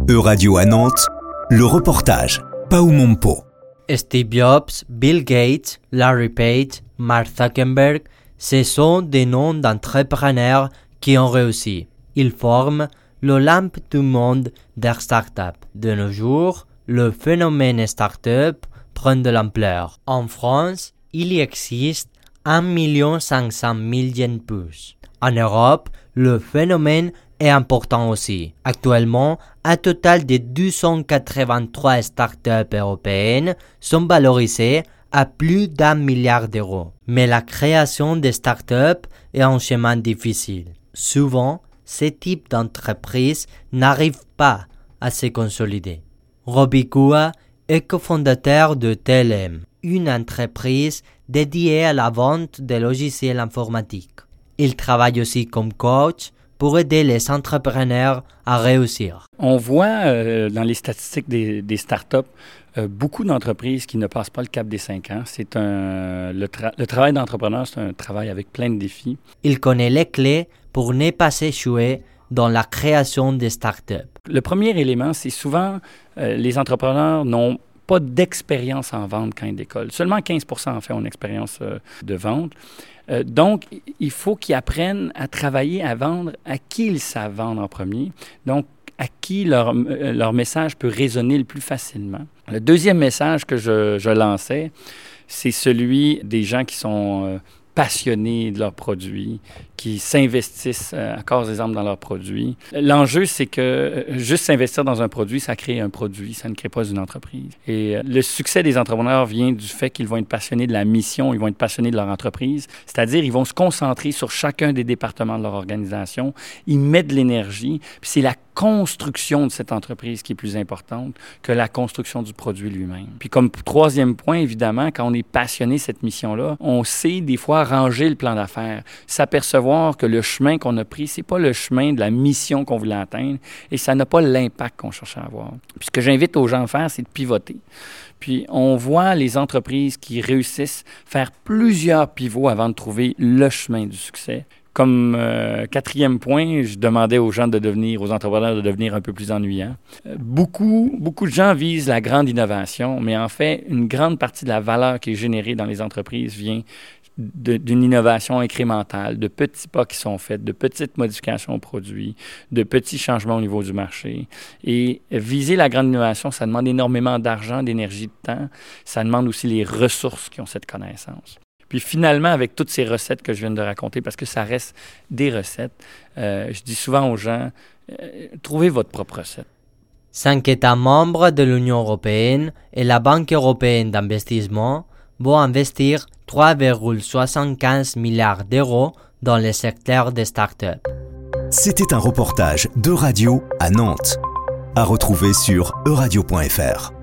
Euradio à Nantes, le reportage Pau Mompo. Steve Jobs, Bill Gates, Larry Page, Mark Zuckerberg, ce sont des noms d'entrepreneurs qui ont réussi. Ils forment l'Olympe du monde des startups. De nos jours, le phénomène startup prend de l'ampleur. En France, il y existe 1 500 000 jeunes pousses. En Europe, le phénomène est important aussi. Actuellement, un total de 283 startups européennes sont valorisées à plus d'1 milliard d'euros. Mais la création des startups est un chemin difficile. Souvent, ces types d'entreprises n'arrivent pas à se consolider. Robbie Kua est cofondateur de TLM, une entreprise dédiée à la vente de logiciels informatiques. Il travaille aussi comme coach pour aider les entrepreneurs à réussir. On voit dans les statistiques des startups beaucoup d'entreprises qui ne passent pas le cap des 5 ans. Le travail d'entrepreneur, c'est un travail avec plein de défis. Il connaît les clés pour ne pas échouer dans la création des startups. Le premier élément, c'est souvent les entrepreneurs n'ont pas d'expérience en vente quand ils décollent. Seulement 15% en fait ont une expérience de vente. Donc, il faut qu'ils apprennent à travailler, à vendre à qui ils savent vendre en premier. Donc, à qui leur message peut résonner le plus facilement. Le deuxième message que je lançais, c'est celui des gens qui sont passionnés de leurs produits, qui s'investissent à corps et âme dans leurs produits. L'enjeu, c'est que juste s'investir dans un produit, ça crée un produit, ça ne crée pas une entreprise. Et le succès des entrepreneurs vient du fait qu'ils vont être passionnés de la mission, ils vont être passionnés de leur entreprise, c'est-à-dire ils vont se concentrer sur chacun des départements de leur organisation, ils mettent de l'énergie, puis c'est la construction de cette entreprise qui est plus importante que la construction du produit lui-même. Puis comme troisième point, évidemment, quand on est passionné de cette mission-là, on sait des fois ranger le plan d'affaires, s'apercevoir que le chemin qu'on a pris, c'est pas le chemin de la mission qu'on voulait atteindre et ça n'a pas l'impact qu'on cherchait à avoir. Puis ce que j'invite aux gens à faire, c'est de pivoter. Puis on voit les entreprises qui réussissent faire plusieurs pivots avant de trouver le chemin du succès. Comme quatrième point, je demandais aux entrepreneurs de devenir un peu plus ennuyants. Beaucoup de gens visent la grande innovation, mais en fait, une grande partie de la valeur qui est générée dans les entreprises vient d'une innovation incrémentale, de petits pas qui sont faits, de petites modifications aux produits, de petits changements au niveau du marché. Et viser la grande innovation, ça demande énormément d'argent, d'énergie, de temps. Ça demande aussi les ressources qui ont cette connaissance. Puis finalement, avec toutes ces recettes que je viens de raconter, parce que ça reste des recettes, je dis souvent aux gens, trouvez votre propre recette. 5 États membres de l'Union européenne et la Banque européenne d'investissement vont investir 3,75 milliards d'euros dans le secteur des startups. C'était un reportage d'Euradio à Nantes, à retrouver sur euradio.fr.